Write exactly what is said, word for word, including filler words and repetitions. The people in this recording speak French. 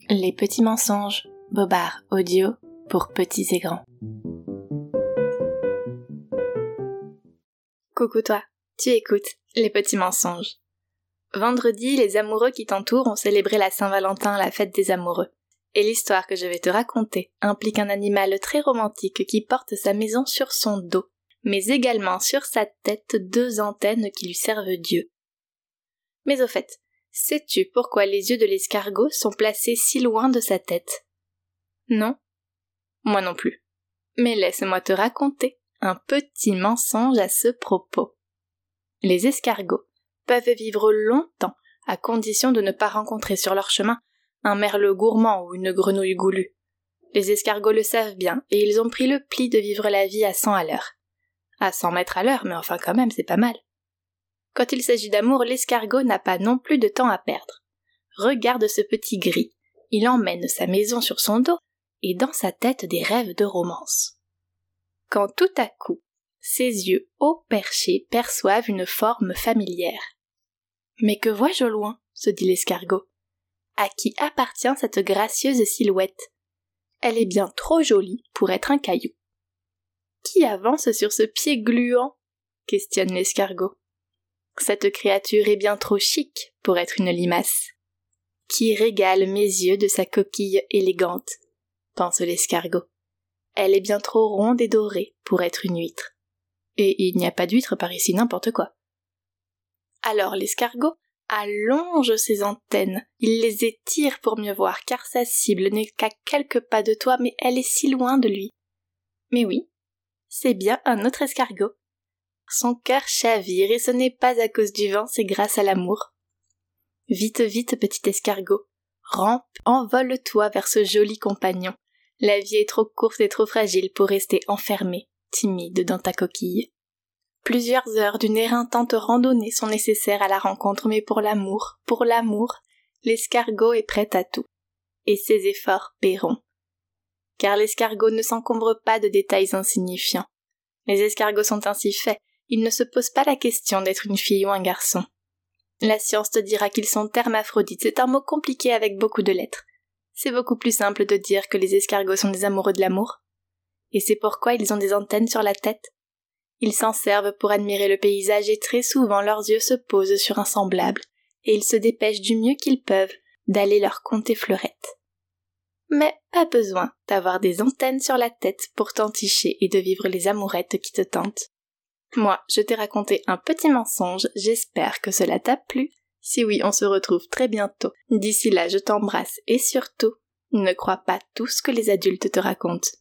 Les petits mensonges, Bobard audio pour petits et grands. Coucou toi, tu écoutes Les petits mensonges. Vendredi, les amoureux qui t'entourent ont célébré la Saint-Valentin, la fête des amoureux. Et l'histoire que je vais te raconter implique un animal très romantique qui porte sa maison sur son dos, mais également sur sa tête deux antennes qui lui servent Dieu. Mais au fait, sais-tu pourquoi les yeux de l'escargot sont placés si loin de sa tête? Non? Moi non plus. Mais laisse-moi te raconter un petit mensonge à ce propos. Les escargots peuvent vivre longtemps à condition de ne pas rencontrer sur leur chemin un merle gourmand ou une grenouille goulue. Les escargots le savent bien et ils ont pris le pli de vivre la vie à cent à l'heure. À cent mètres à l'heure, mais enfin quand même, c'est pas mal. Quand il s'agit d'amour, l'escargot n'a pas non plus de temps à perdre. Regarde ce petit gris, il emmène sa maison sur son dos et dans sa tête des rêves de romance. Quand tout à coup, ses yeux haut perchés perçoivent une forme familière. « Mais que vois-je au loin ?» se dit l'escargot. « À qui appartient cette gracieuse silhouette ? Elle est bien trop jolie pour être un caillou. »« Qui avance sur ce pied gluant ?» questionne l'escargot. « Cette créature est bien trop chic pour être une limace. »« Qui régale mes yeux de sa coquille élégante ?» pense l'escargot. « Elle est bien trop ronde et dorée pour être une huître. » Et il n'y a pas d'huître par ici, n'importe quoi. Alors l'escargot allonge ses antennes, il les étire pour mieux voir, car sa cible n'est qu'à quelques pas de toi, mais elle est si loin de lui. Mais oui, c'est bien un autre escargot. Son cœur chavire, et ce n'est pas à cause du vent, c'est grâce à l'amour. Vite, vite, petit escargot, rampe, envole-toi vers ce joli compagnon. La vie est trop courte et trop fragile pour rester enfermé, timide dans ta coquille. Plusieurs heures d'une éreintante randonnée sont nécessaires à la rencontre, mais pour l'amour, pour l'amour, l'escargot est prêt à tout. Et ses efforts paieront. Car l'escargot ne s'encombre pas de détails insignifiants. Les escargots sont ainsi faits, ils ne se posent pas la question d'être une fille ou un garçon. La science te dira qu'ils sont hermaphrodites, c'est un mot compliqué avec beaucoup de lettres. C'est beaucoup plus simple de dire que les escargots sont des amoureux de l'amour. Et c'est pourquoi ils ont des antennes sur la tête. Ils s'en servent pour admirer le paysage et très souvent leurs yeux se posent sur un semblable, et ils se dépêchent du mieux qu'ils peuvent d'aller leur conter fleurette. Mais pas besoin d'avoir des antennes sur la tête pour t'enticher et de vivre les amourettes qui te tentent. Moi, je t'ai raconté un petit mensonge, j'espère que cela t'a plu. Si oui, on se retrouve très bientôt. D'ici là, je t'embrasse et surtout, ne crois pas tout ce que les adultes te racontent.